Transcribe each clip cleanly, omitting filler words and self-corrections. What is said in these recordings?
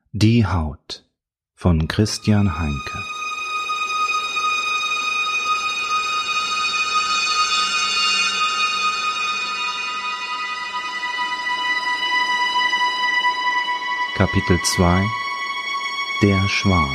Die Haut von Christian Heinke. Kapitel 2 – Der Schwan.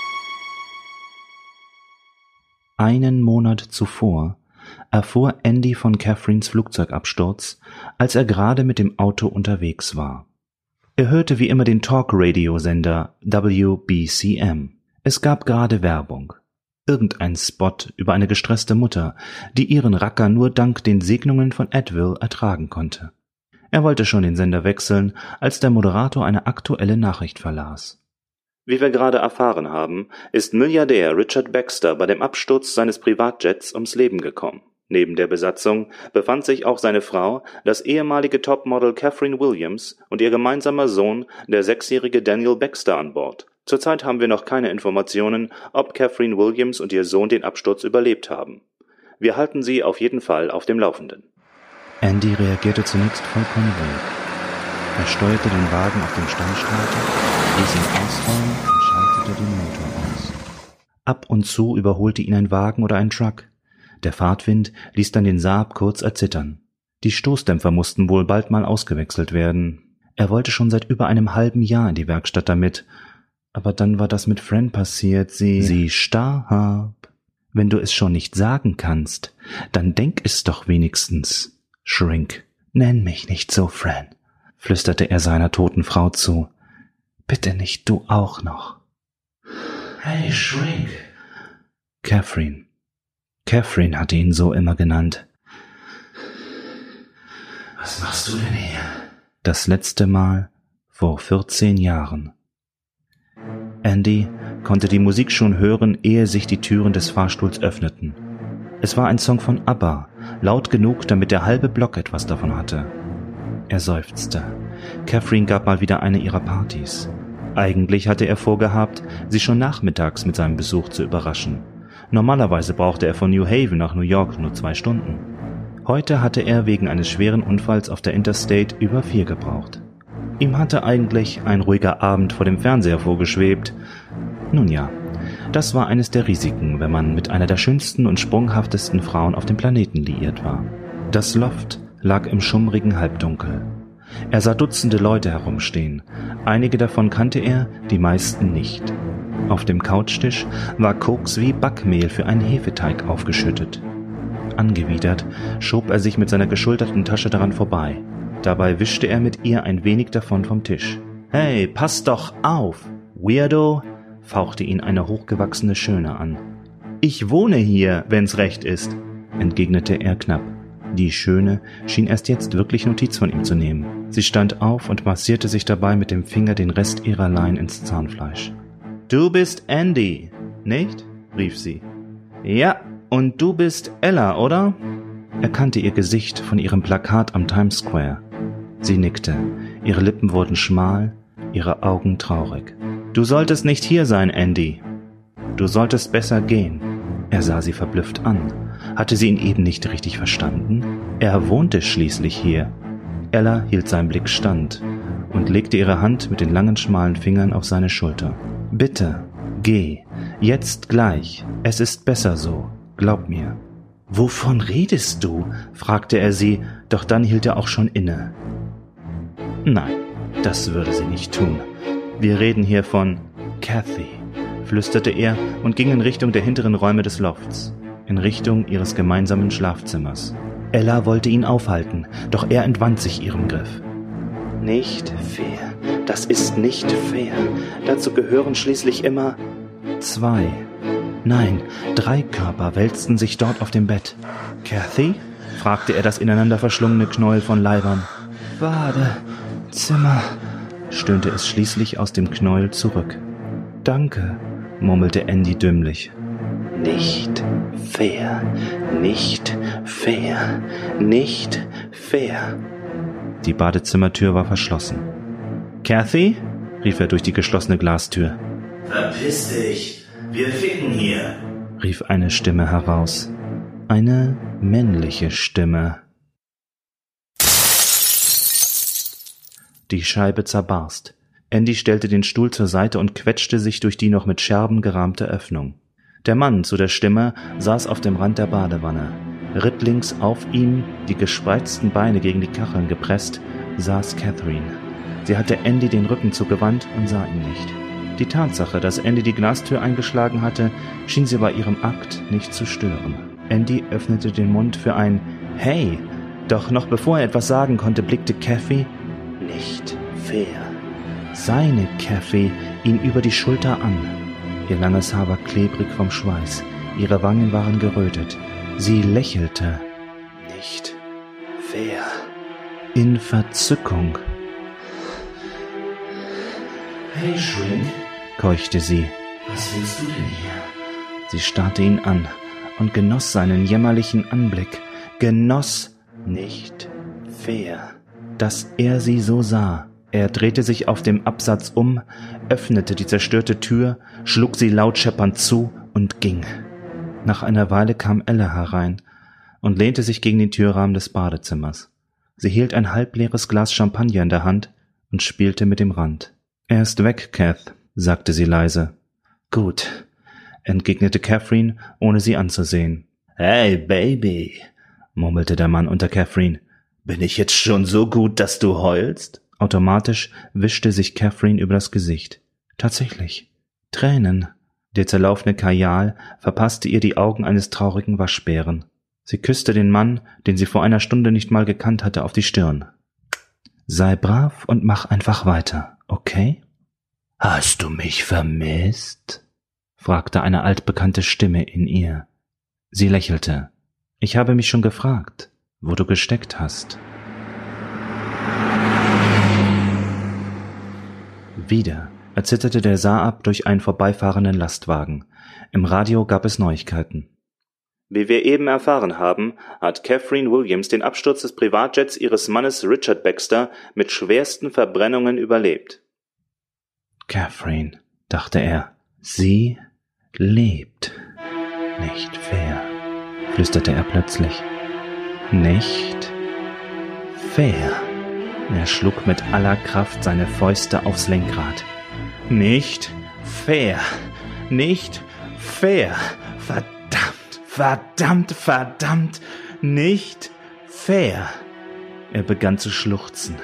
Einen Monat zuvor erfuhr Andy von Catherines Flugzeugabsturz, als er gerade mit dem Auto unterwegs war. Er hörte wie immer den Talk-Radio-Sender WBCM. Es gab gerade Werbung. Irgendein Spot über eine gestresste Mutter, die ihren Racker nur dank den Segnungen von Advil ertragen konnte. Er wollte schon den Sender wechseln, als der Moderator eine aktuelle Nachricht verlas. Wie wir gerade erfahren haben, ist Milliardär Richard Baxter bei dem Absturz seines Privatjets ums Leben gekommen. Neben der Besatzung befand sich auch seine Frau, das ehemalige Topmodel Catherine Williams und ihr gemeinsamer Sohn, der 6-jährige Daniel Baxter, an Bord. Zurzeit haben wir noch keine Informationen, ob Catherine Williams und ihr Sohn den Absturz überlebt haben. Wir halten Sie auf jeden Fall auf dem Laufenden. Andy reagierte zunächst vollkommen ruhig. Er steuerte den Wagen auf den Standschalter, ließ ihn ausrollen und schaltete den Motor aus. Ab und zu überholte ihn ein Wagen oder ein Truck. Der Fahrtwind ließ dann den Saab kurz erzittern. Die Stoßdämpfer mussten wohl bald mal ausgewechselt werden. Er wollte schon seit über einem halben Jahr in die Werkstatt damit. Aber dann war das mit Fran passiert. Sie starb. Wenn du es schon nicht sagen kannst, dann denk es doch wenigstens. Shrink, nenn mich nicht so, Fran, flüsterte er seiner toten Frau zu. Bitte nicht du auch noch. Hey, Shrink. Catherine hatte ihn so immer genannt. Was machst du denn hier? Das letzte Mal vor 14 Jahren. Andy konnte die Musik schon hören, ehe sich die Türen des Fahrstuhls öffneten. Es war ein Song von ABBA, laut genug, damit der halbe Block etwas davon hatte. Er seufzte. Catherine gab mal wieder eine ihrer Partys. Eigentlich hatte er vorgehabt, sie schon nachmittags mit seinem Besuch zu überraschen. Normalerweise brauchte er von New Haven nach New York nur 2 Stunden. Heute hatte er wegen eines schweren Unfalls auf der Interstate über 4 gebraucht. Ihm hatte eigentlich ein ruhiger Abend vor dem Fernseher vorgeschwebt. Nun ja, das war eines der Risiken, wenn man mit einer der schönsten und sprunghaftesten Frauen auf dem Planeten liiert war. Das Loft lag im schummrigen Halbdunkel. Er sah Dutzende Leute herumstehen. Einige davon kannte er, die meisten nicht. Auf dem Couchtisch war Koks wie Backmehl für einen Hefeteig aufgeschüttet. Angewidert schob er sich mit seiner geschulterten Tasche daran vorbei. Dabei wischte er mit ihr ein wenig davon vom Tisch. »Hey, pass doch auf, Weirdo«, fauchte ihn eine hochgewachsene Schöne an. »Ich wohne hier, wenn's recht ist«, entgegnete er knapp. Die Schöne schien erst jetzt wirklich Notiz von ihm zu nehmen. Sie stand auf und massierte sich dabei mit dem Finger den Rest ihrer Lein ins Zahnfleisch. »Du bist Andy, nicht?« rief sie. »Ja, und du bist Ella, oder?« Er kannte ihr Gesicht von ihrem Plakat am Times Square. Sie nickte, ihre Lippen wurden schmal, ihre Augen traurig. »Du solltest nicht hier sein, Andy. Du solltest besser gehen.« Er sah sie verblüfft an. Hatte sie ihn eben nicht richtig verstanden? Er wohnte schließlich hier. Ella hielt seinen Blick stand und legte ihre Hand mit den langen, schmalen Fingern auf seine Schulter. »Bitte, geh. Jetzt gleich. Es ist besser so. Glaub mir.« »Wovon redest du?« fragte er sie, doch dann hielt er auch schon inne. »Nein, das würde sie nicht tun. Wir reden hier von Cathy«, flüsterte er und ging in Richtung der hinteren Räume des Lofts, in Richtung ihres gemeinsamen Schlafzimmers. Ella wollte ihn aufhalten, doch er entwand sich ihrem Griff. »Nicht fair. Das ist nicht fair. Dazu gehören schließlich immer 2. Nein, 3 Körper wälzten sich dort auf dem Bett. »Cathy?« fragte er das ineinander verschlungene Knäuel von Leibern. »Badezimmer«, stöhnte es schließlich aus dem Knäuel zurück. »Danke«, murmelte Andy dümmlich. »Nicht fair, nicht fair, nicht fair.« Die Badezimmertür war verschlossen. »Cathy?« rief er durch die geschlossene Glastür. »Verpiss dich! Wir ficken hier!« rief eine Stimme heraus. Eine männliche Stimme. Die Scheibe zerbarst. Andy stellte den Stuhl zur Seite und quetschte sich durch die noch mit Scherben gerahmte Öffnung. Der Mann zu der Stimme saß auf dem Rand der Badewanne. Rittlings auf ihm, die gespreizten Beine gegen die Kacheln gepresst, saß Catherine. Sie hatte Andy den Rücken zugewandt und sah ihn nicht. Die Tatsache, dass Andy die Glastür eingeschlagen hatte, schien sie bei ihrem Akt nicht zu stören. Andy öffnete den Mund für ein »Hey«, doch noch bevor er etwas sagen konnte, blickte Kathy, nicht fair, seine Kathy, ihn über die Schulter an. Ihr langes Haar war klebrig vom Schweiß, ihre Wangen waren gerötet. Sie lächelte. Nicht fair. In Verzückung. Hey, Shrink, keuchte sie. was willst du denn hier? Sie starrte ihn an und genoss seinen jämmerlichen Anblick. Genoss nicht fair, dass er sie so sah. Er drehte sich auf dem Absatz um, öffnete die zerstörte Tür, schlug sie laut scheppernd zu und ging. Nach einer Weile kam Ella herein und lehnte sich gegen den Türrahmen des Badezimmers. Sie hielt ein halbleeres Glas Champagner in der Hand und spielte mit dem Rand. »Er ist weg, Kath«, sagte sie leise. »Gut«, entgegnete Catherine, ohne sie anzusehen. »Hey, Baby«, murmelte der Mann unter Catherine. »Bin ich jetzt schon so gut, dass du heulst?« Automatisch wischte sich Catherine über das Gesicht. Tatsächlich. Tränen. Der zerlaufene Kajal verpasste ihr die Augen eines traurigen Waschbären. Sie küsste den Mann, den sie vor einer Stunde nicht mal gekannt hatte, auf die Stirn. »Sei brav und mach einfach weiter, okay?« »Hast du mich vermisst?« fragte eine altbekannte Stimme in ihr. Sie lächelte. »Ich habe mich schon gefragt, wo du gesteckt hast.« Wieder erzitterte der Saab durch einen vorbeifahrenden Lastwagen. Im Radio gab es Neuigkeiten. Wie wir eben erfahren haben, hat Catherine Williams den Absturz des Privatjets ihres Mannes Richard Baxter mit schwersten Verbrennungen überlebt. Catherine, dachte er, sie lebt. Nicht fair, flüsterte er plötzlich. Nicht fair. Er schlug mit aller Kraft seine Fäuste aufs Lenkrad. Nicht fair. Nicht fair. Verdammt, verdammt, verdammt. Nicht fair. Er begann zu schluchzen.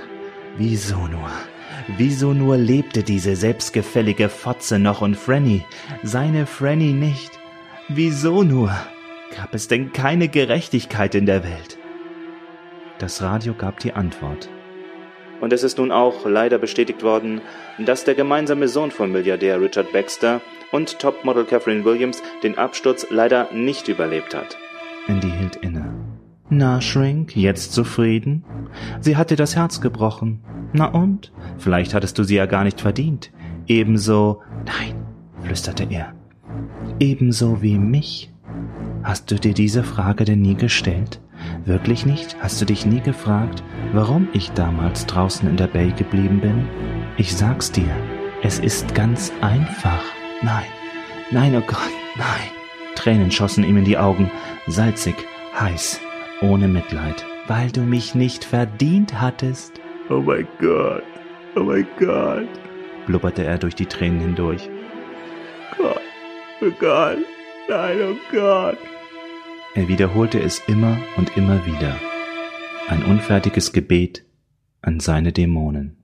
Wieso nur lebte diese selbstgefällige Fotze noch und Franny, seine Franny nicht? Wieso nur? Gab es denn keine Gerechtigkeit in der Welt? Das Radio gab die Antwort. Und es ist nun auch leider bestätigt worden, dass der gemeinsame Sohn von Milliardär Richard Baxter und Topmodel Catherine Williams den Absturz leider nicht überlebt hat. Andy hielt inne. Na, Shrink, jetzt zufrieden? Sie hat dir das Herz gebrochen. Na und? Vielleicht hattest du sie ja gar nicht verdient. Ebenso... Nein, flüsterte er. Ebenso wie mich. Hast du dir diese Frage denn nie gestellt? Wirklich nicht? Hast du dich nie gefragt, warum ich damals draußen in der Bay geblieben bin? Ich sag's dir, es ist ganz einfach. Nein, oh Gott, nein. Tränen schossen ihm in die Augen, salzig, heiß, ohne Mitleid. Weil du mich nicht verdient hattest. Oh mein Gott, blubberte er durch die Tränen hindurch. Oh Gott, nein, oh Gott. Er wiederholte es immer und immer wieder. Ein unfertiges Gebet an seine Dämonen.